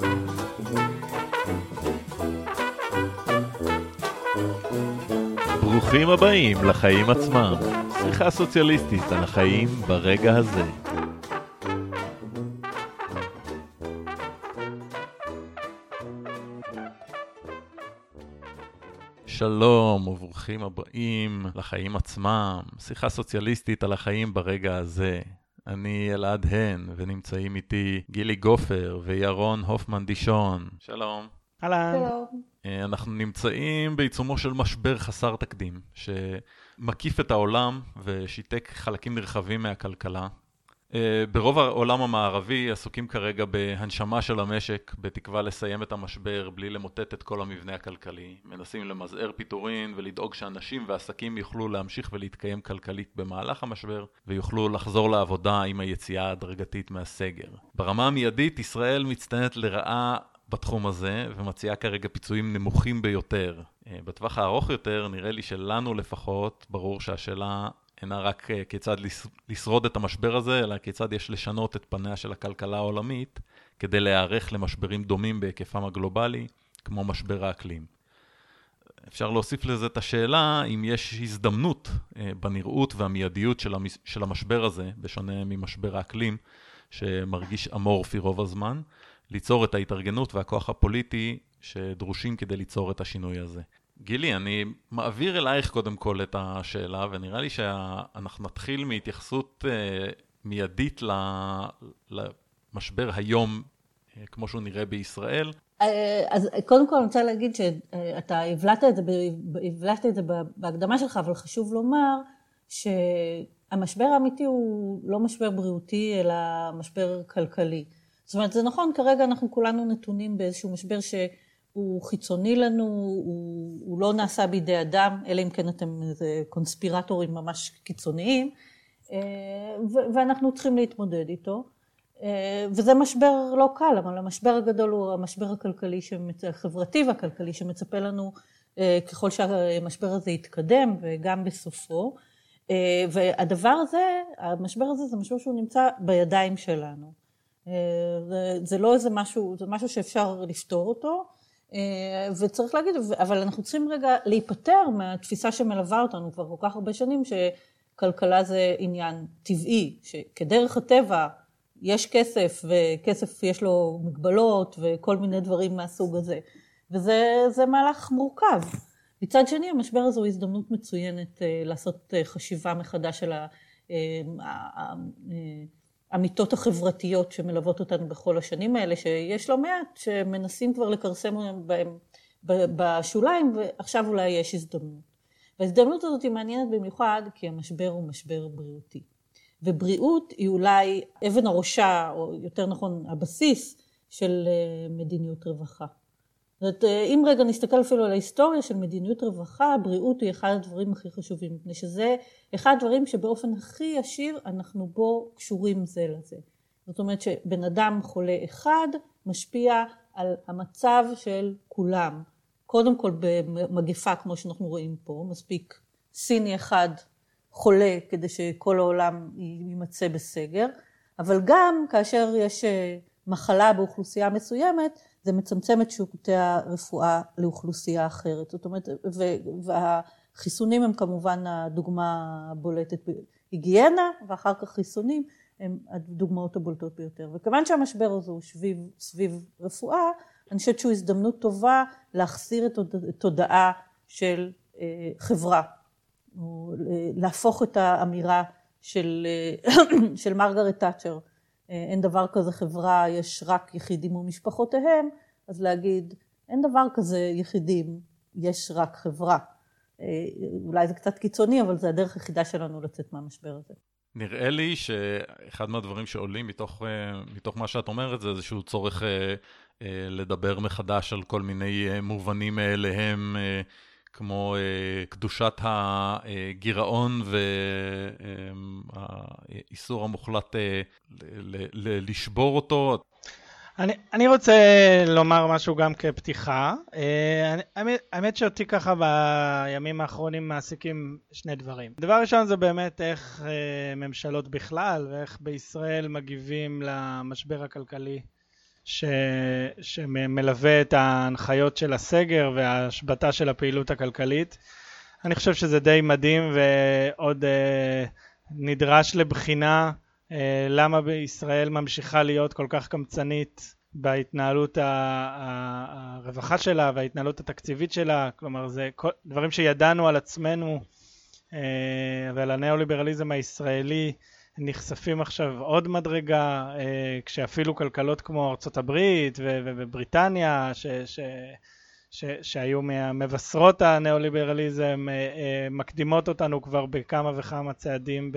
ברוכים הבאים לחיים עצמם, שיחה סוציאליסטית על החיים ברגע הזה. שלום וברוכים הבאים לחיים עצמם, שיחה סוציאליסטית על החיים ברגע הזה. אני אלעד הן, ונמצאים איתי גילי גופר וירון הופמן דישון. שלום. שלום. אנחנו נמצאים בעיצומו של משבר חסר תקדים, שמקיף את העולם ושיתק חלקים נרחבים מהכלכלה. ברוב העולם המערבי עסוקים כרגע בהנשמה של המשק, בתקווה לסיים את המשבר בלי למוטט את כל המבנה הכלכלי. מנסים למזער פיטורין ולדאוג שאנשים ועסקים יוכלו להמשיך ולהתקיים כלכלית במהלך המשבר, ויוכלו לחזור לעבודה עם היציאה ההדרגתית מהסגר. ברמה המיידית, ישראל מצטיינת לרעה בתחום הזה, ומציעה כרגע פיצויים נמוכים ביותר. בטווח הארוך יותר, נראה לי שלנו לפחות, ברור שהשאלה אינה רק כיצד לשרוד את המשבר הזה, אלא כיצד יש לשנות את פניה של הכלכלה העולמית, כדי להיערך למשברים דומים בהיקפם הגלובלי, כמו משבר האקלים. אפשר להוסיף לזה את השאלה, אם יש הזדמנות בנראות והמיידיות של המשבר הזה, בשונה ממשבר האקלים, שמרגיש אמורפי רוב הזמן, ליצור את ההתארגנות והכוח הפוליטי שדרושים כדי ליצור את השינוי הזה. גילי, אני מעביר אלייך קודם כל את השאלה, ונראה לי שאנחנו נתחיל מהתייחסות מיידית למשבר היום, כמו שהוא נראה בישראל. אז קודם כל אני רוצה להגיד שאתה הבלעת את זה בהקדמה שלך, אבל חשוב לומר שהמשבר האמיתי הוא לא משבר בריאותי, אלא משבר כלכלי. זאת אומרת, זה נכון, כרגע אנחנו כולנו נתונים באיזשהו משבר שהוא חיצוני לנו, הוא לא נעשה בידי אדם, אלא אם כן אתם קונספירטורים ממש קיצוניים, ואנחנו צריכים להתמודד איתו. וזה משבר לא קל, אבל המשבר הגדול הוא המשבר הכלכלי, החברתי והכלכלי, שמצפה לנו ככל שהמשבר הזה יתקדם, וגם בסופו. והדבר הזה, המשבר הזה, זה משהו שהוא נמצא בידיים שלנו. זה לא איזה משהו, זה משהו שאפשר לפתור אותו, וצריך להגיד, אבל אנחנו צריכים רגע להיפטר מהתפיסה שמלווה אותנו כבר כל כך הרבה שנים, שכלכלה זה עניין טבעי, שכדרך הטבע יש כסף, וכסף יש לו מגבלות, וכל מיני דברים מהסוג הזה. וזה מהלך מורכב. מצד שני, המשבר הזה הוא הזדמנות מצוינת לעשות חשיבה מחדש של האמיתות החברתיות שמלוות אותנו בכל השנים האלה, שיש לא מעט שמנסים כבר לקרסם בהם בשוליים, ועכשיו אולי יש הזדמנות. וההזדמנות הזאת היא מעניינת במיוחד, כי המשבר הוא משבר בריאותי. ובריאות היא אולי אבן הראשה, או יותר נכון הבסיס של מדיניות רווחה. זאת אומרת, אם רגע נסתכל אפילו על ההיסטוריה של מדיניות רווחה, בריאות היא אחד הדברים הכי חשובים, מפני שזה אחד הדברים שבאופן הכי ישיר אנחנו בו קשורים זה לזה. זאת אומרת שבן אדם חולה אחד משפיע על המצב של כולם. קודם כל במגפה כמו שאנחנו רואים פה, מספיק סיני אחד חולה כדי שכל העולם יימצא בסגר, אבל גם כאשר יש מחלה באוכלוסייה מסוימת, זה מצמצם את שירותי הרפואה לאוכלוסייה אחרת. זאת אומרת, והחיסונים הם כמובן הדוגמה הבולטת בהיגיינה, ואחר כך חיסונים הם הדוגמאות הבולטות ביותר. וכיוון שהמשבר הזה הוא סביב רפואה, אני חושבת שהוא הזדמנות טובה להחזיר את התודעה של חברה, או להפוך את האמירה של מרגרט תאצ'ר, אין דבר כזה חברה, יש רק יחידים ומשפחותיהם, אז להגיד, אין דבר כזה יחידים, יש רק חברה. אולי זה קצת קיצוני, אבל זה הדרך היחידה שלנו לצאת מהמשבר הזה. נראה לי שאחד מהדברים שעולים מתוך מה שאת אומרת, זה איזשהו צורך לדבר מחדש על כל מיני מובנים מאליהם, כמו קדושת הגירעון והאיסור המוחלט לשבור אותו. אני רוצה לומר משהו גם כפתיחה. האמת שאותי ככה בימים האחרונים מעסיקים שני דברים. דבר ראשון זה באמת איך ממשלות בכלל ואיך בישראל מגיבים למשבר הכלכלי שמלווה את ההנחיות של הסגר וההשבתה של הפעילות הכלכלית. אני חושב שזה די מדהים, ועוד נדרש לבחינה למה בישראל ממשיכה להיות כל כך קמצנית בהתנהלות הרווחה שלה וההתנהלות התקציבית שלה. כלומר, זה דברים שידענו על עצמנו ועל הניאו-ליברליזם הישראלי נחשפים עכשיו עוד מדרגה, כשאפילו כלכלות כמו ארצות הברית ובריטניה שהיו מבשרות הניאו-ליברליזם מקדימות אותנו כבר בכמה וכמה צעדים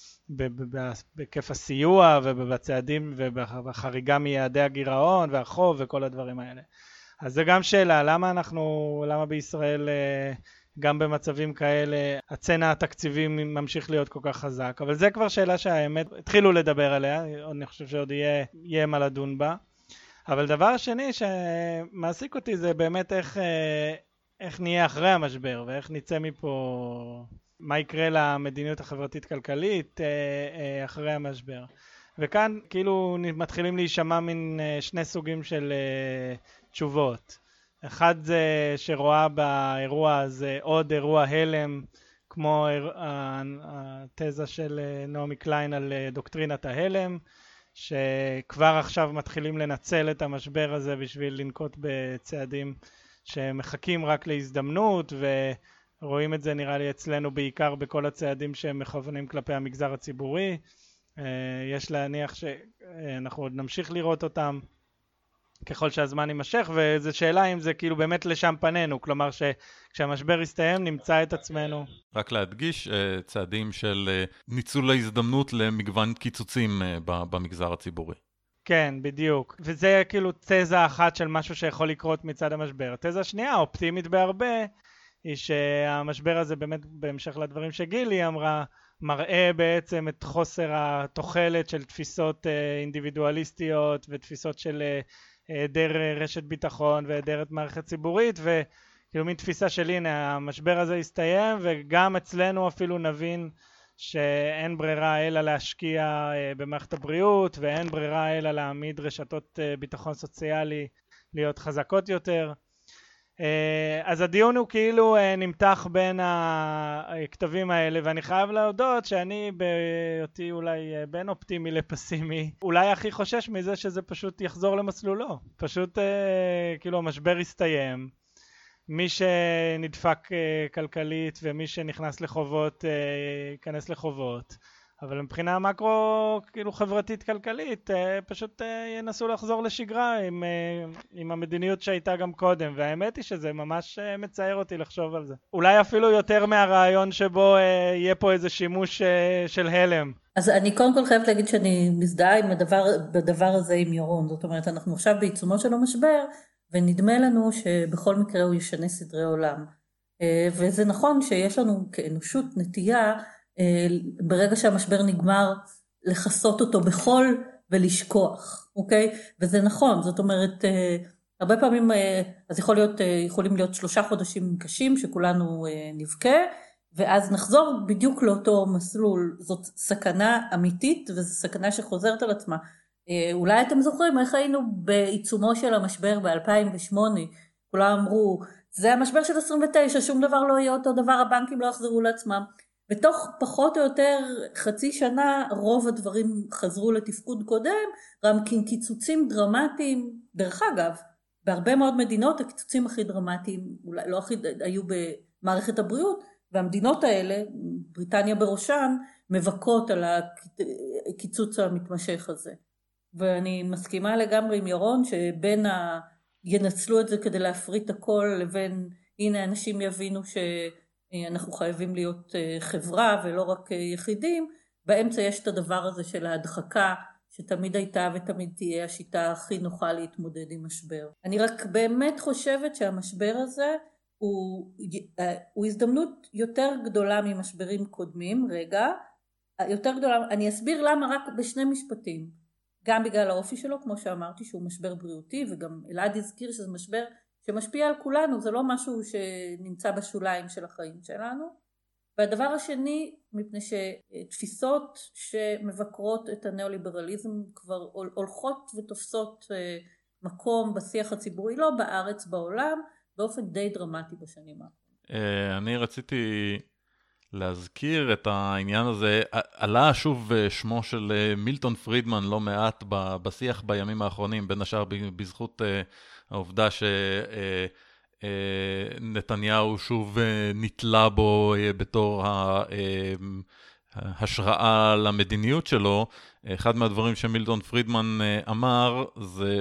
בכיף הסיוע ובצעדים ובחריגה מיעדי הגירעון והחוב וכל הדברים האלה. אז זה גם שאלה, למה בישראל גם במצבים כאלה הצנע התקציבי ממשיך להיות כל כך חזק, אבל זה כבר שאלה שהאמת התחילו לדבר עליה, אני חושב שעוד יהיה מה לדון בה. אבל דבר שני שמעסיק אותי זה באמת איך נהיה אחרי המשבר, ואיך נצא מפה, מה יקרה למדיניות החברתית-כלכלית אחרי המשבר. וכאן כאילו מתחילים להישמע מן שני סוגים של תשובות. אחד זה שרואה באירוע הזה עוד אירוע הלם, כמו התזה של נעמי קליין על דוקטרינת ההלם, שכבר עכשיו מתחילים לנצל את המשבר הזה בשביל לנקוט בצעדים שמחכים רק להזדמנות, ורואים את זה נראה לי אצלנו בעיקר בכל הצעדים שהם מכוונים כלפי המגזר הציבורי. יש להניח שאנחנו עוד נמשיך לראות אותם ככל שהזמן יימשך, וזו שאלה אם זה כאילו באמת לשם פנינו, כלומר שכשהמשבר יסתיים נמצא את עצמנו. רק להדגיש, צעדים של ניצול ההזדמנות למגוון קיצוצים במגזר הציבורי. כן, בדיוק. וזה כאילו תזה אחת של משהו שיכול לקרות מצד המשבר. התזה השנייה, אופטימית בהרבה, היא שהמשבר הזה באמת, בהמשך לדברים שגילי אמרה, מראה בעצם את חוסר התוחלת של תפיסות אינדיבידואליסטיות ותפיסות של היעדר רשת ביטחון והיעדר מערכת ציבורית, וכאילו מתפיסה של הנה המשבר הזה יסתיים וגם אצלנו אפילו נבין שאין ברירה אלא להשקיע במערכת הבריאות, ואין ברירה אלא להעמיד רשתות ביטחון סוציאלי להיות חזקות יותר. אז הדיון הוא כאילו נמתח בין הכתבים האלה, ואני חייב להודות שאני בהיותי אולי בין אופטימי לפסימי, אולי הכי חושש מזה שזה פשוט יחזור למסלולו. פשוט כאילו המשבר יסתיים, מי שנדפק כלכלית ומי שנכנס לחובות ייכנס לחובות, אבל מבחינה מקרו כאילו חברתית כלכלית פשוט ינסו לחזור לשגרה עם המדיניות שהייתה גם קודם, והאמת היא שזה ממש מצער אותי לחשוב על זה. אולי אפילו יותר מהרעיון שבו יהיה פה איזה שימוש של הלם. אז אני קודם כל חייבת להגיד שאני מזדהה בדבר הזה עם ירון. זאת אומרת, אנחנו עכשיו בעיצומו של המשבר, ונדמה לנו שבכל מקרה הוא ישנה סדרי עולם. וזה נכון שיש לנו כאנושות נטייה, ברגע שהמשבר נגמר, לחסות אותו בחול ולשכוח, אוקיי? וזה נכון, זאת אומרת, הרבה פעמים, אז יכולים להיות 3 חודשים קשים שכולנו נבכה, ואז נחזור בדיוק לאותו מסלול. זאת סכנה אמיתית, וזו סכנה שחוזרת על עצמה. אולי אתם זוכרים איך היינו בעיצומו של המשבר ב-2008, כולם אמרו, זה המשבר של 29, שום דבר לא יהיה אותו דבר, הבנקים לא יחזרו לעצמם. בתוך פחות או יותר חצי שנה רוב הדברים חזרו לתפקוד קודם, גם קיצוצים דרמטיים. דרך אגב, בהרבה מאוד מדינות הקיצוצים הכי דרמטיים, אולי לא הכי, היו במערכת הבריאות, והמדינות האלה, בריטניה בראשן, מבקות על הקיצוץ המתמשך הזה. ואני מסכימה לגמרי עם ירון שבין ינצלו את זה כדי להפריט הכל, לבין הנה אנשים יבינו שאנחנו חייבים להיות חברה ולא רק יחידים. באמצע יש את הדבר הזה של ההדחקה שתמיד הייתה ותמיד תהיה השיטה הכי נוחה להתמודד עם משבר. אני רק באמת חושבת שהמשבר הזה הוא הזדמנות יותר גדולה ממשברים קודמים. יותר גדולה, אני אסביר למה רק בשני משפטים. גם בגלל האופי שלו, כמו שאמרתי, שהוא משבר בריאותי, וגם אלעד הזכיר שזה משבר שמשפיע על כולנו, זה לא משהו שנמצא בשוליים של החיים שלנו. והדבר השני, מפני שתפיסות שמבקרות את הניאו-ליברליזם כבר הולכות ותופסות מקום בשיח הציבורי, לא בארץ, בעולם, באופן די דרמטי בשנים האחרונות. אני רציתי להזכיר את העניין הזה, עלה שוב שמו של מילטון פרידמן לא מעט בשיח בימים האחרונים, בין השאר בזכות העובדה שנתניהו שוב נתלה בו בתור ההשראה למדיניות שלו. אחד מהדברים שמילטון פרידמן אמר זה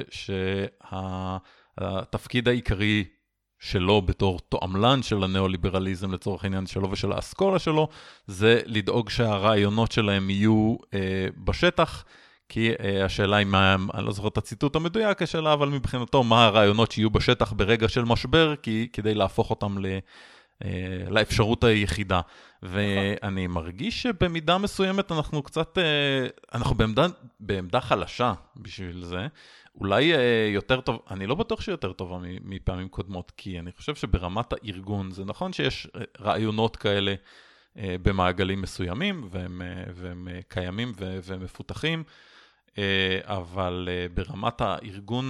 שהתפקיד העיקרי שלו בתור תועמלן של הניאו-ליברליזם לצורך העניין שלו ושל האסכולה שלו, זה לדאוג שהרעיונות שלהם יהיו בשטח, כי השאלה היא מה, אני לא זוכר את הציטוט המדויק השאלה, אבל מבחינתו מה הרעיונות שיהיו בשטח ברגע של משבר, כדי להפוך אותם לאפשרות היחידה. ואני מרגיש שבמידה מסוימת אנחנו קצת, אנחנו בעמדה חלשה בשביל זה, אולי יותר טוב, אני לא בטוח שיותר טובה מפעמים קודמות, כי אני חושב שברמת הארגון, זה נכון שיש רעיונות כאלה במעגלים מסוימים, והם קיימים ומפותחים, אבל ברמת הארגון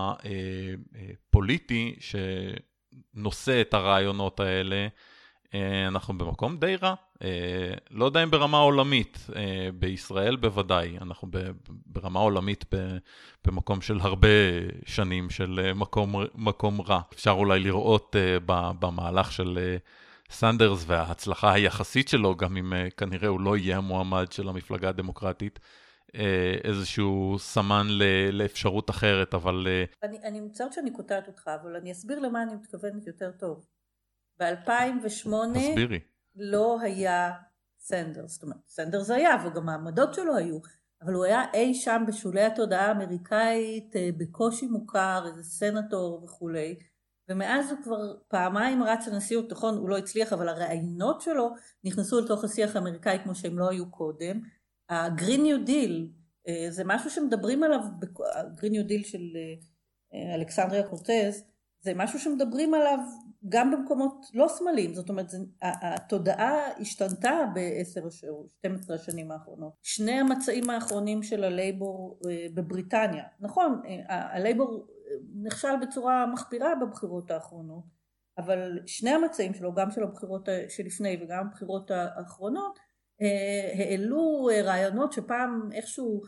הפוליטי שנושא את הרעיונות האלה, אנחנו במקום די רע, לא יודע אם ברמה עולמית, בישראל בוודאי, אנחנו ברמה עולמית במקום של הרבה שנים של מקום רע. אפשר אולי לראות במהלך של סנדרס וההצלחה היחסית שלו, גם אם כנראה הוא לא יהיה המועמד של המפלגה הדמוקרטית, איזשהו סמן לאפשרות אחרת, אבל... אני מצטערת שאני קוטעת אותך, אבל אני אסביר למה אני מתכוונת יותר טוב. ב-2008 לא היה סנדרס, זאת אומרת, סנדרס היה, וגם העמדות שלו היו, אבל הוא היה אי שם בשולי התודעה האמריקאית, בקושי מוכר, איזה סנטור וכולי, ומאז הוא כבר פעמיים רץ לנשיאות, נכון, הוא לא הצליח, אבל הרעיונות שלו נכנסו לתוך השיח האמריקאי כמו שהם לא היו קודם. הגרין ניו דיל, זה משהו שמדברים עליו, הגרין ניו דיל של אלכסנדריה קורטז, זה משהו שמדברים עליו גם במקומות לא סמלים, זאת אומרת, התודעה השתנתה ב10 או 12 השנים האחרונות. שני המצעים האחרונים של הלייבור בבריטניה, נכון, הלייבור נכשל בצורה מחפירה בבחירות האחרונות, אבל שני המצעים שלו, גם של הבחירות שלפני וגם הבחירות האחרונות, העלו רעיונות שפעם איכשהו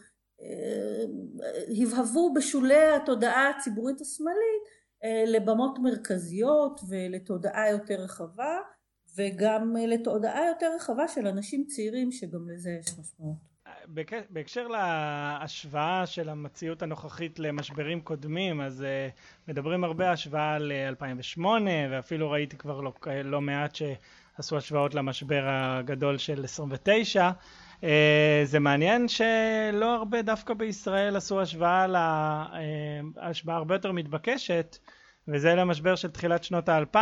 הבהבו בשולי התודעה הציבורית השמאלית, לבמות מרכזיות ולתודעה יותר רחבה, וגם לתודעה יותר רחבה של אנשים צעירים שגם לזה יש משמעות. בהקשר להשוואה של המציאות הנוכחית למשברים קודמים, אז מדברים הרבה השוואה ל-2008, ואפילו ראיתי כבר לא מעט שעשו השוואות למשבר הגדול של 29. זה מעניין שלא הרבה דווקא בישראל עשו השוואה הרבה יותר מתבקשת, וזה למשבר של תחילת שנות ה-2000.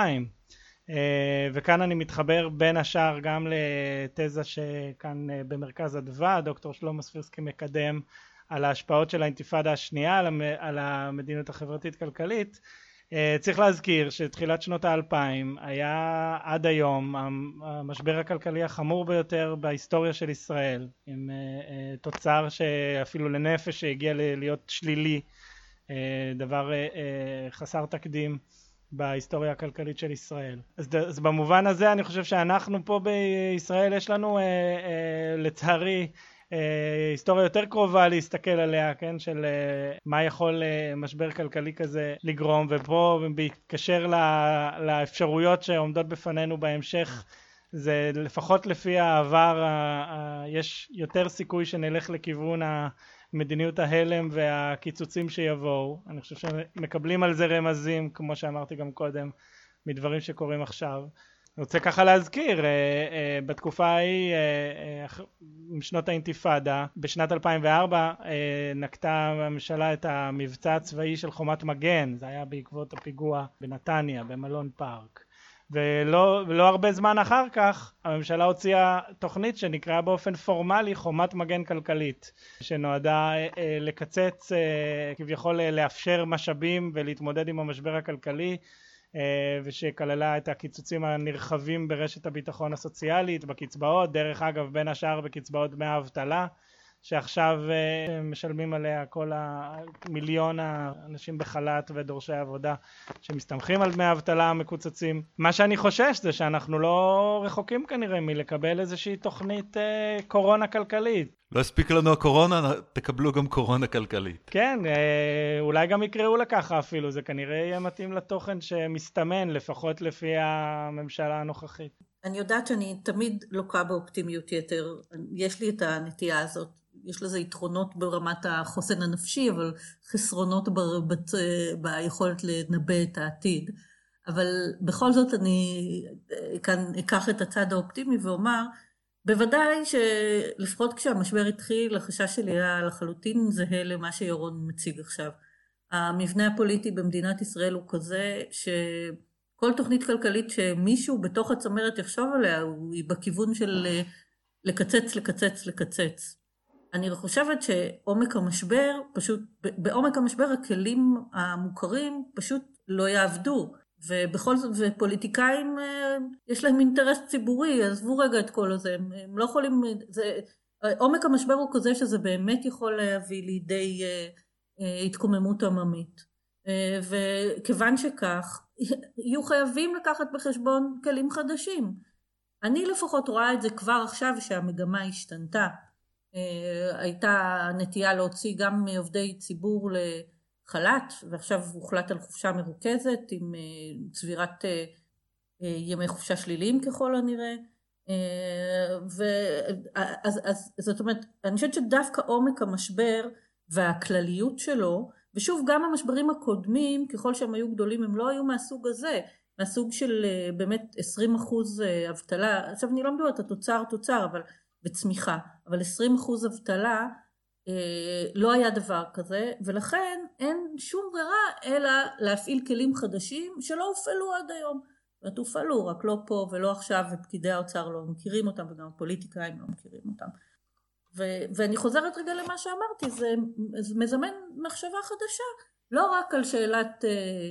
וכאן אני מתחבר בין השאר גם לתזה שכאן במרכז אדווה, דוקטור שלמה ספירסקי מקדם, על ההשפעות של האינתיפאדה השנייה על המדיניות החברתית-כלכלית. צריך להזכיר שתחילת שנות ה-2000 היה עד היום המשבר הכלכלי החמור ביותר בהיסטוריה של ישראל, עם תוצר שאפילו לנפש שהגיע להיות שלילי, דבר חסר תקדים בהיסטוריה הכלכלית של ישראל. אז במובן הזה אני חושב שאנחנו פה בישראל יש לנו לצערי היסטוריה יותר קרובה להסתכל עליה, כן, של מה יכול משבר כלכלי כזה לגרום, ופה בהתקשר לאפשרויות שעומדות בפנינו בהמשך, זה לפחות לפי העבר יש יותר סיכוי שנלך לכיוון מדיניות ההלם והקיצוצים שיבואו. אני חושב שמקבלים על זה רמזים, כמו שאמרתי גם קודם, מדברים שקורים עכשיו. אני רוצה ככה להזכיר, בתקופה ההיא, משנות האינתיפאדה, בשנת 2004 נקטה הממשלה את המבצע הצבאי של חומת מגן, זה היה בעקבות הפיגוע בנתניה, במלון פארק. ולא הרבה זמן אחר כך הממשלה הוציאה תוכנית שנקראה באופן פורמלי חומת מגן כלכלית, שנועדה לקצץ, כביכול לאפשר משאבים ולהתמודד עם המשבר הכלכלי ושכללה את הקיצוצים הנרחבים ברשת הביטחון הסוציאלית, בקצבאות, דרך אגב בין השאר בקצבאות דמי האבטלה, שעכשיו משלמים עליה כל המיליון האנשים בחל"ת ודורשי עבודה שמסתמכים על דמי האבטלה המקוצצים. מה שאני חושש זה שאנחנו לא רחוקים כנראה מלקבל איזושהי תוכנית קורונה כלכלית. לא הספיק לנו הקורונה, תקבלו גם קורונה כלכלית. כן, אולי גם יקראו לככה אפילו, זה כנראה יהיה מתאים לתוכן שמסתמן, לפחות לפי הממשלה הנוכחית. אני יודעת שאני תמיד לוקה באופטימיות יתר, יש לי את הנטייה הזאת, יש לזה יתרונות ברמת החוסן הנפשי, אבל חסרונות ביכולת לנבא את העתיד. אבל בכל זאת אני כאן אקח את הצד האופטימי ואומר, בוודאי שלפחות כשהמשבר התחיל, החשש שלי היה לחלוטין זהה למה שירון מציג עכשיו. המבנה הפוליטי במדינת ישראל הוא כזה שכל תוכנית כלכלית שמישהו בתוך הצמרת יחשוב עליה, היא בכיוון של לקצץ. אני חושבת שעומק המשבר, פשוט, בעומק המשבר הכלים המוכרים פשוט לא יעבדו. ובכל זאת, ופוליטיקאים יש להם אינטרס ציבורי, עזבו רגע את כל הזה, הם לא יכולים, עומק המשבר הוא כזה שזה באמת יכול להביא לידי התקוממות עממית. וכיוון שכך, יהיו חייבים לקחת בחשבון כלים חדשים. אני לפחות רואה את זה כבר עכשיו שהמגמה השתנתה. הייתה נטייה להוציא גם עובדי ציבור לחל"ת, ועכשיו הוחלט על חופשה מרוכזת עם צבירת ימי חופשה שליליים ככל הנראה. אז זאת אומרת, אני חושבת שדווקא עומק המשבר והכלליות שלו, ושוב גם המשברים הקודמים ככל שהם היו גדולים הם לא היו מהסוג הזה, מהסוג של באמת 20% אבטלה, עכשיו אני לא מדברת התוצר אבל בצמיחה, אבל 20% אבטלה לא היה דבר כזה, ולכן אין שום ברירה אלא להפעיל כלים חדשים שלא הופעלו עד היום. זאת הופעלו, רק לא פה ולא עכשיו, ופקידי האוצר לא מכירים אותם, וגם הפוליטיקאים לא מכירים אותם. ואני חוזרת רגע למה שאמרתי, זה מזמן מחשבה חדשה, לא רק על שאלת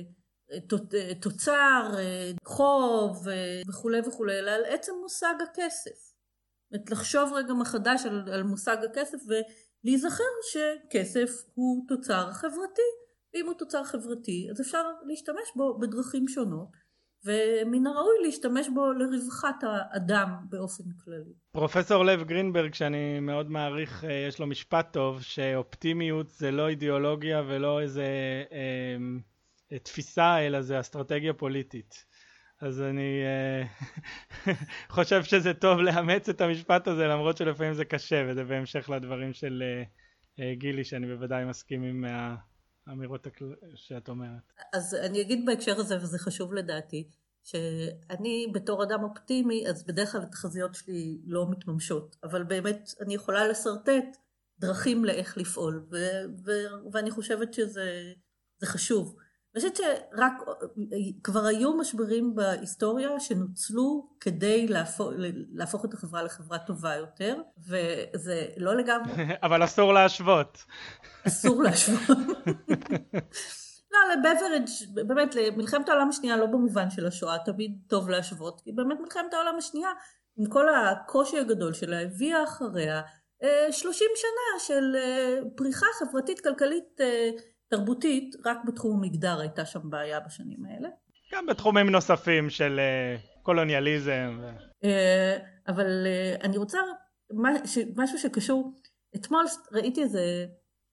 תוצר, חוב וכו' וכו', אלא על עצם מושג הכסף. לחשוב רגע מחדש על מושג הכסף ולהיזכר שכסף הוא תוצר חברתי, ואם הוא תוצר חברתי אז אפשר להשתמש בו בדרכים שונות, ומן הראוי להשתמש בו לרווחת האדם באופן כללי. פרופסור לב גרינברג, שאני מאוד מעריך, יש לו משפט טוב, שאופטימיות זה לא אידיאולוגיה ולא איזה תפיסה, אלא זה אסטרטגיה פוליטית. אז אני חושב שזה טוב לאמץ את המשפט הזה, למרות שלפעמים זה קשה, וזה בהמשך לדברים של גילי, שאני בוודאי מסכים עם האמירות שאת אומרת. אז אני אגיד בהקשר הזה, וזה חשוב לדעתי, שאני בתור אדם אופטימי, אז בדרך כלל התחזיות שלי לא מתממשות, אבל באמת אני יכולה לסרטט דרכים לאיך לפעול, ואני חושבת שזה חשוב. אני חושבת שרק כבר היו משברים בהיסטוריה שנוצלו כדי להפוך את החברה לחברה טובה יותר, וזה לא לגמרי. אבל אסור להשוות. אסור להשוות. לא, לבברג' באמת, למלחמת העולם השנייה לא במובן של השואה, תמיד טוב להשוות, כי באמת מלחמת העולם השנייה, עם כל הקושי הגדול שלה, הביאה אחריה 30 שנה של פריחה חברתית, כלכלית, תרבותית, רק בתחום המגדר הייתה שם בעיה בשנים האלה. גם בתחומים נוספים של קולוניאליזם. אבל אני רוצה משהו שקשור, אתמול ראיתי איזה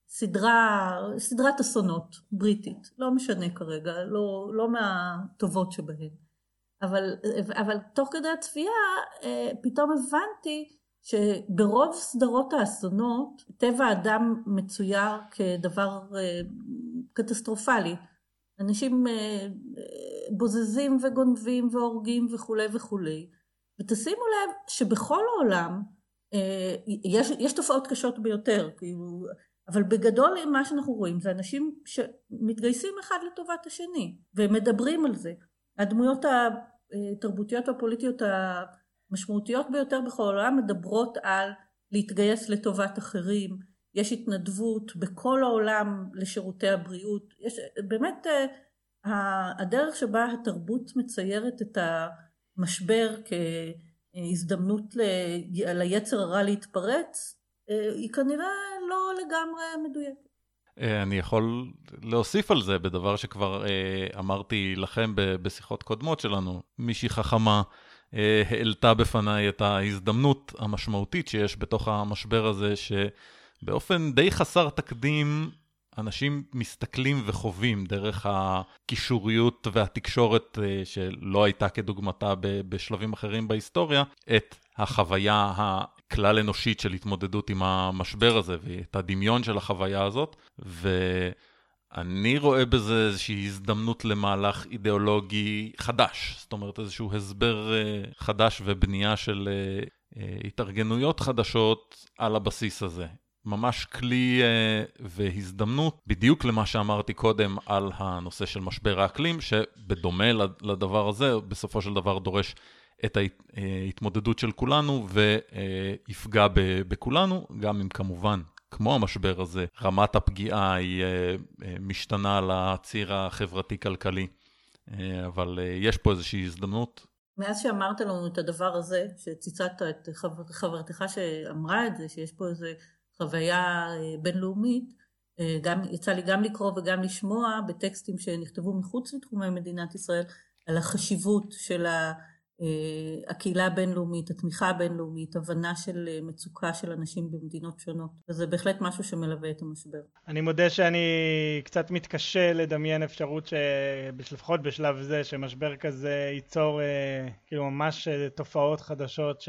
סדרת אסונות בריטית, לא משנה כרגע, לא מהטובות שבהן. אבל תוך כדי הצפייה פתאום הבנתי שברוב סדרות האסונות טבע האדם מצויר כדבר קטסטרופלי. אנשים בוזזים וגונבים והורגים וכו' וכו'. ותשימו לב שבכל העולם יש תופעות קשות ביותר, אבל בגדול מה שאנחנו רואים זה אנשים שמתגייסים אחד לטובת השני ומדברים על זה. הדמויות התרבותיות והפוליטיות המשמעותיות ביותר בכל העולם מדברות על להתגייס לטובת אחרים, יש התנדבות בכל העולם לשירותי הבריאות, יש באמת הדרך שבה התרבות מציירת את המשבר כהזדמנות ליצר הרע להתפרץ, היא כנראה לא לגמרי מדויקת. אני יכול להוסיף על זה בדבר שכבר אמרתי לכם בשיחות קודמות שלנו. מישהי חכמה העלתה בפניי את ההזדמנות המשמעותית שיש בתוך המשבר הזה, שבאופן די חסר תקדים אנשים מסתכלים וחווים דרך הקישוריות והתקשורת שלא הייתה כדוגמתה בשלבים אחרים בהיסטוריה, את החוויה הכלל אנושית של התמודדות עם המשבר הזה ואת הדמיון של החוויה הזאת, ואני רואה בזה איזושהי הזדמנות למהלך אידיאולוגי חדש, זאת אומרת איזשהו הסבר חדש ובנייה של התארגנויות חדשות על הבסיס הזה. ממש כלי והזדמנות בדיוק למה שאמרתי קודם על הנושא של משבר האקלים, שבדומה לדבר הזה בסופו של דבר דורש את ההתמודדות של כולנו ויפגע בכולנו, גם אם כמובן כמו המשבר הזה רמת הפגיעה היא משתנה לציר החברתי-כלכלי, אבל יש פה איזושהי הזדמנות. מאז שאמרת לנו את הדבר הזה, שציטטת את חברתך שאמרה את זה, שיש פה איזה חוויה בינלאומית, יצא לי גם לקרוא וגם לשמוע בטקסטים שנכתבו מחוץ לתחומי מדינת ישראל, על החשיבות של הקהילה הבינלאומית, התמיכה הבינלאומית, הבנה של מצוקה של אנשים במדינות שונות. וזה בהחלט משהו שמלווה את המשבר. אני מודה שאני קצת מתקשה לדמיין אפשרות שלפחות בשלב זה, שמשבר כזה ייצור כאילו ממש תופעות חדשות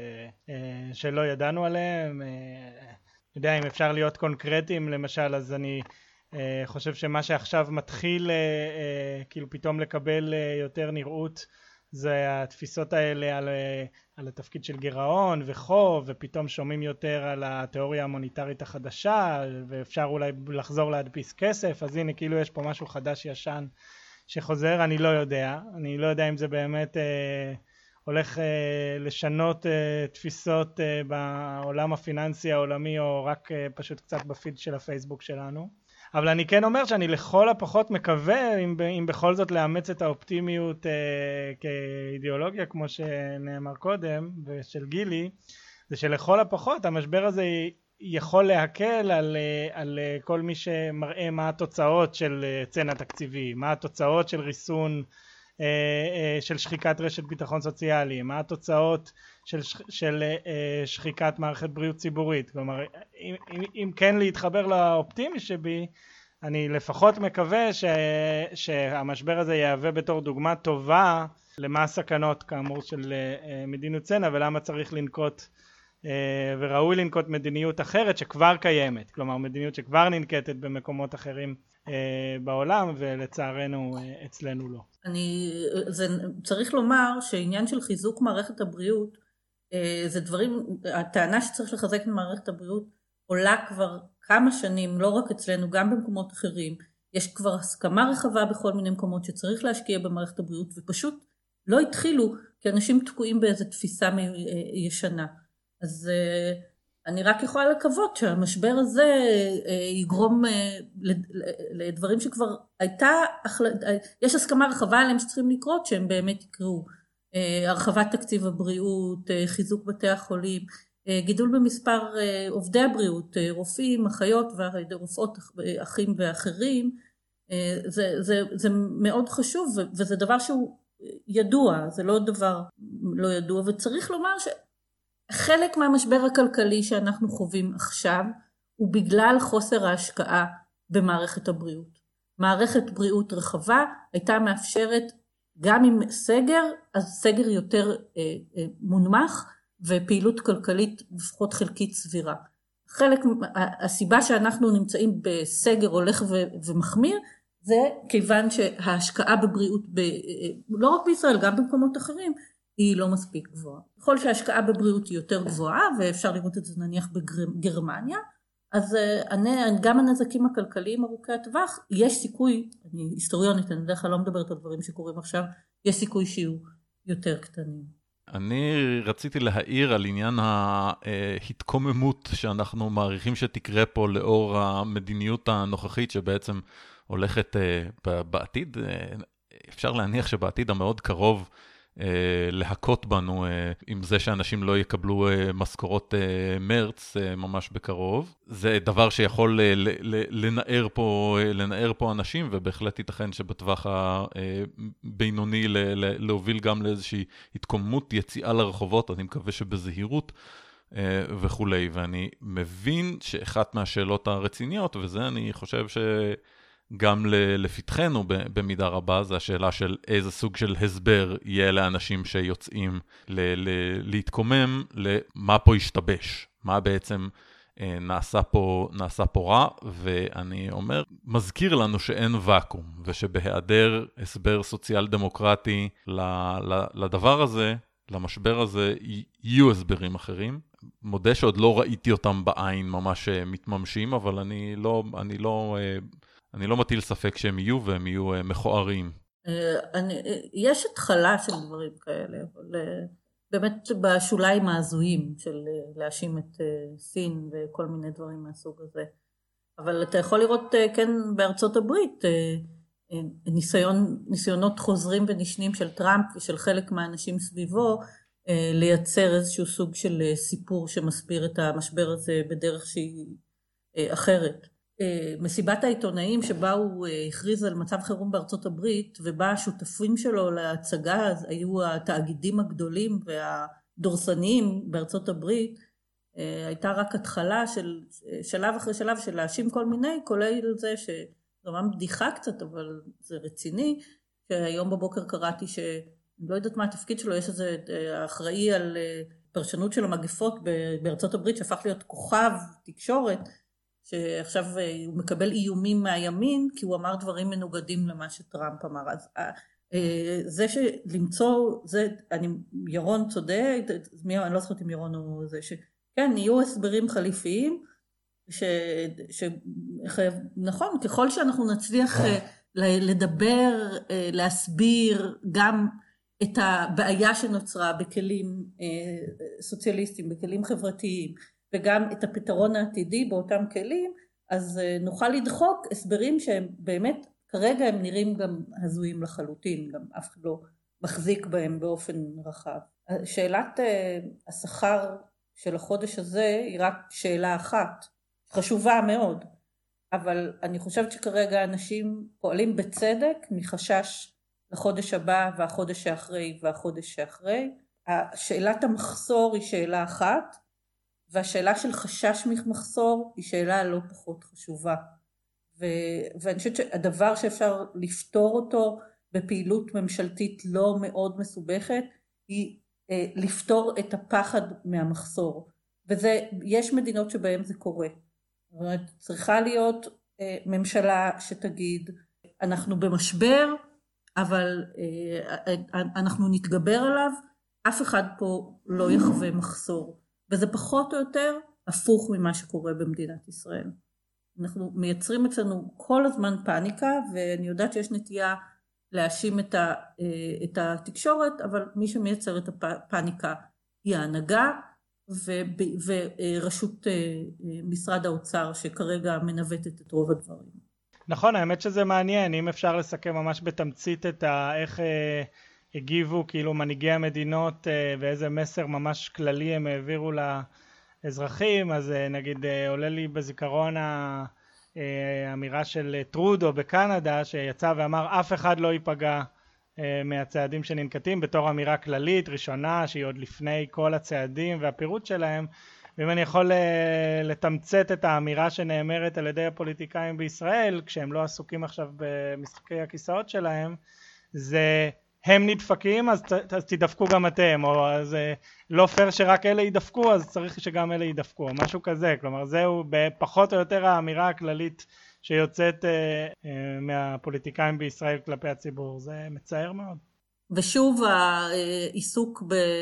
שלא ידענו עליהן. יודע, אם אפשר להיות קונקרטיים למשל, אז אני חושב שמה שעכשיו מתחיל כאילו פתאום לקבל יותר נראות, זה התפיסות האלה על התפקיד של גירעון וחוב, ופתאום שומעים יותר על התיאוריה המוניטרית החדשה, ואפשר אולי לחזור להדפיס כסף, אז הנה כאילו יש פה משהו חדש ישן שחוזר, אני לא יודע אם זה באמת הולך לשנות תפיסות בעולם הפיננסי העולמי, או רק פשוט קצת בפיד של הפייסבוק שלנו. אבל אני כן אומר שאני לכל הפחות מקווה, אם בכל זאת לאמץ את האופטימיות כאידיאולוגיה, כמו שנאמר קודם, ושל גילי, זה שלכל הפחות המשבר הזה יכול להקל על כל מי שמראה מה התוצאות של צנע תקציבי, מה התוצאות של ריסון, של שחיקת רשת ביטחון סוציאלי, מה התוצאות של שחיקת מערכת בריאות ציבורית. כלומר, אם כן להתחבר לאופטימי שבי, אני לפחות מקווה שהמשבר הזה יהווה בתור דוגמה טובה למה הסכנות כאמור של מדיניות צנע, ולמה צריך לנקוט וראוי לנקוט מדיניות אחרת שכבר קיימת, כלומר מדיניות שכבר ננקטת במקומות אחרים בעולם, ולצערנו אצלנו לא. צריך לומר שעניין של חיזוק מערכת הבריאות, זה דברים, הטענה שצריך לחזק את מערכת הבריאות עולה כבר כמה שנים, לא רק אצלנו, גם במקומות אחרים. יש כבר הסכמה רחבה בכל מיני מקומות שצריך להשקיע במערכת הבריאות, ופשוט לא התחילו, כי אנשים תקועים באיזו תפיסה ישנה. אז אני רק יכולה לקוות שהמשבר הזה יגרום לדברים שכבר יש הסכמה רחבה עליהם שצריכים לקרות, שהם באמת יקרו. הרחבת תקציב הבריאות, חיזוק בתי החולים, גידול במספר עובדי הבריאות, רופאים, אחיות ורופאות, אחים ואחרים. זה מאוד חשוב, וזה דבר שהוא ידוע, זה לא דבר לא ידוע, וצריך לומר שחלק מהמשבר הכלכלי שאנחנו חווים עכשיו, הוא בגלל חוסר ההשקעה במערכת הבריאות. מערכת בריאות רחבה הייתה מאפשרת גם עם סגר, אז סגר יותר מונמך, ופעילות כלכלית לפחות חלקית סבירה. הסיבה שאנחנו נמצאים בסגר הולך ומחמיר, זה כיוון שההשקעה בבריאות, לא רק בישראל, גם במקומות אחרים, היא לא מספיק גבוהה. ככל שההשקעה בבריאות היא יותר גבוהה, ואפשר לראות את זה נניח בגרמניה, אז גם הנזקים הכלכליים ארוכי הטווח, יש סיכוי, אני היסטוריונית, אני בדרך כלל לא מדברת על דברים שקורים עכשיו, יש סיכוי שיהיו יותר קטנים. אני רציתי להעיר על עניין ההתקוממות שאנחנו מעריכים שתקרה פה לאור המדיניות הנוכחית, שבעצם הולכת בעתיד, אפשר להניח שבעתיד המאוד קרוב, להכות בנו עם זה שאנשים לא יקבלו משכורות מרץ ממש בקרוב. זה דבר שיכול לנער פה אנשים, ובהחלט ייתכן שבטווח הבינוני להוביל גם לאיזושהי התקוממות, יציאה לרחובות, אני מקווה שבזהירות וכולי. ואני מבין שאחת מהשאלות הרציניות, וזה אני חושב גם לפתחנו במידה רבה, זה השאלה של איזה סוג של הסבר יהיה לאנשים שיוצאים להתקומם, למה פה ישתבש, מה בעצם נעשה פה רע, ואני אומר, מזכיר לנו שאין ואקום, ושבהיעדר הסבר סוציאל דמוקרטי לדבר הזה, למשבר הזה, יהיו הסברים אחרים. מודה שעוד לא ראיתי אותם בעין ממש מתממשים, אבל אני לא מטיל ספק שהם יהיו, והם יהיו מכוערים. יש התחלה של דברים כאלה, אבל באמת בשוליים ההזויים של להאשים את סין וכל מיני דברים מהסוג הזה. אבל אתה יכול לראות, כן, בארצות הברית, ניסיונות חוזרים ונשנים של טראמפ ושל חלק מהאנשים סביבו, לייצר איזשהו סוג של סיפור שמסביר את המשבר הזה בדרך שהיא אחרת. מסיבת העיתונאים שבה הוא הכריז על מצב חירום בארצות הברית, ובה השותפים שלו להצגה היו התאגידים הגדולים והדורסניים בארצות הברית, הייתה רק התחלה של שלב אחרי שלב של להאשים כל מיני, כולל זה שזו ממש בדיחה קצת, אבל זה רציני, שהיום בבוקר קראתי לא יודעת מה התפקיד שלו, יש איזה אחראי על פרשנות של המגפות בארצות הברית, שהפך להיות כוכב תקשורת, שעכשיו הוא מקבל איומים מהימין, כי הוא אמר דברים מנוגדים למה שטראמפ אמר. אז זה שלמצוא, ירון צודק, אני לא זוכרת אם ירון הוא זה, שכן, יהיו הסברים חליפיים, נכון, ככל שאנחנו נצליח לדבר, להסביר גם את הבעיה שנוצרה בכלים סוציאליסטיים, בכלים חברתיים, וגם את הפתרון העתידי באותם כלים, אז נוכל לדחוק הסברים שהם באמת, כרגע הם נראים גם הזויים לחלוטין, גם אף אחד לא מחזיק בהם באופן רחב. שאלת השכר של החודש הזה היא רק שאלה אחת, חשובה מאוד, אבל אני חושבת שכרגע אנשים פועלים בצדק מחשש לחודש הבא והחודש שאחרי והחודש שאחרי. שאלת המחסור היא שאלה אחת, והשאלה של חשש ממחסור היא שאלה לא פחות חשובה. ואני חושבת שהדבר שאפשר לפתור אותו בפעילות ממשלתית לא מאוד מסובכת, היא לפתור את הפחד מהמחסור. יש מדינות שבהן זה קורה. זאת אומרת, צריכה להיות ממשלה שתגיד, אנחנו במשבר, אבל אנחנו נתגבר עליו, אף אחד פה לא יחווה מחסור. וזה פחות או יותר הפוך ממה שקורה במדינת ישראל. אנחנו מייצרים אצלנו כל הזמן פאניקה, ואני יודעת שיש נטייה להאשים את התקשורת, אבל מי שמייצר את הפאניקה היא ההנהגה, ורשות משרד האוצר שכרגע מנווטת את רוב הדברים. נכון, האמת שזה מעניין, אם אפשר לסכם ממש בתמצית את איך הגיבו כאילו מנהיגי המדינות ואיזה מסר ממש כללי הם העבירו לאזרחים, אז נגיד עולה לי בזיכרון האמירה של טרודו בקנדה שיצא ואמר אף אחד לא ייפגע מהצעדים שננקטים, בתור אמירה כללית ראשונה שהיא עוד לפני כל הצעדים והפירוט שלהם. ואם אני יכול לתמצת את האמירה שנאמרת על ידי הפוליטיקאים בישראל כשהם לא עסוקים עכשיו במשחקי הכיסאות שלהם, זה הם נדפקים אז תדפקו גם אתם, או אז לא פייר שרק אלה ידפקו אז צריך שגם אלה ידפקו, או משהו כזה. כלומר זהו פחות או יותר האמירה הכללית שיוצאת מהפוליטיקאים בישראל כלפי הציבור. זה מצער מאוד. ושוב העיסוק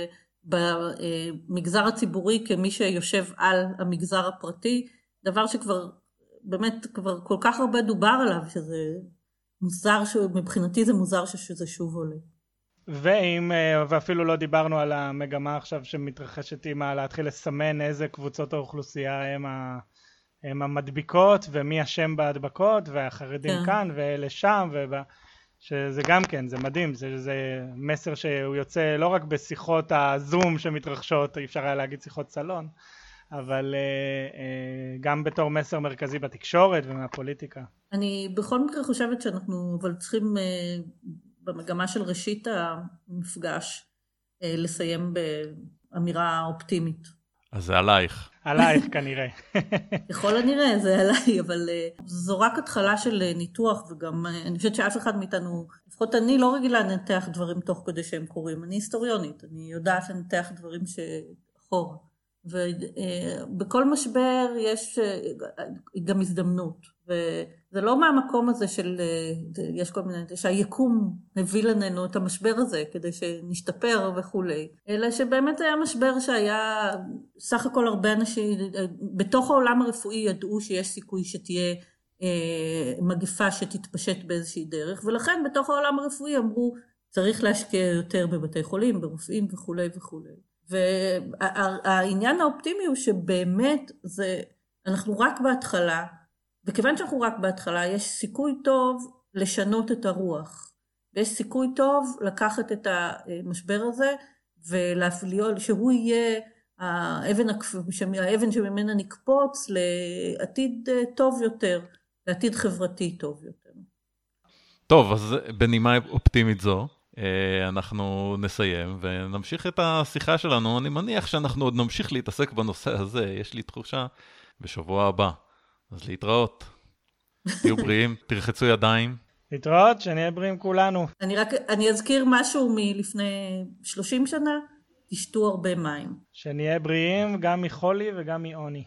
במגזר הציבורי כמי שיושב על המגזר הפרטי, דבר שכבר באמת כבר כל כך הרבה דובר עליו, שזה מוזר, מבחינתי זה מוזר שזה שוב עולה. ואפילו לא דיברנו על המגמה עכשיו שמתרחשת עם להתחיל לסמן איזה קבוצות האוכלוסייה הם הם המדביקות ומי אשם בהדבקות והחרדים כאן ואלה שם שזה גם כן, זה מדהים, זה מסר שהוא יוצא לא רק בשיחות הזום שמתרחשות, אי אפשר היה להגיד שיחות סלון, אבל גם בתור מסר מרכזי בתקשורת ומהפוליטיקה. אני בכל מקרה חושבת שאנחנו אבל צריכים במגמה של ראשית המפגש לסיים באמירה אופטימית. אז זה עלייך. עלייך כנראה. ככל הנראה זה עליי, אבל זו רק התחלה של ניתוח, וגם אני חושבת שאף אחד מאיתנו, לפחות אני לא רגילה לנתח דברים תוך כדי שהם קורים, אני היסטוריונית, אני יודעת לנתח דברים שאחורה, ובכל משבר יש גם הזדמנות, וזה לא מהמקום הזה של, יש כל מיני, שהיקום הביא לנו את המשבר הזה, כדי שנשתפר וכו', אלא שבאמת היה משבר שהיה, סך הכל הרבה אנשים, בתוך העולם הרפואי ידעו שיש סיכוי שתהיה מגפה שתתפשט באיזושהי דרך, ולכן בתוך העולם הרפואי אמרו, צריך להשקיע יותר בבתי חולים, ברופאים וכו' וכו'. והעניין האופטימי הוא שבאמת אנחנו רק בהתחלה, וכיוון שאנחנו רק בהתחלה, יש סיכוי טוב לשנות את הרוח, ויש סיכוי טוב לקחת את המשבר הזה, ולהפליאו, שהוא יהיה האבן שממנה נקפוץ לעתיד טוב יותר, לעתיד חברתי טוב יותר. טוב, אז בנימה אופטימית זו, אנחנו נסיים ונמשיך את השיחה שלנו. אני מניח שאנחנו עוד נמשיך להתעסק בנושא הזה, יש לי תחושה בשבוע הבא. אז להתראות. תהיו בריאים, תרחצו ידיים. להתראות, שנהיה בריאים כולנו. אני אזכיר משהו מלפני 30 שנה, תשתו הרבה מים. שנהיה בריאים גם מחולי וגם מעוני.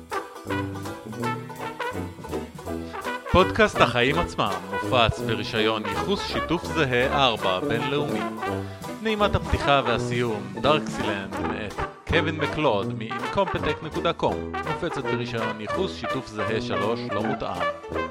פודקאסט החיים עצמם מופץ ברישיון ייחוס שיתוף זהה 4 בינלאומי. נעימת הפתיחה והסיום, דארקסילנד מאת קווין מקלוד מ-incompetech.com, מופצת ברישיון ייחוס שיתוף זהה 3 לא מותאם.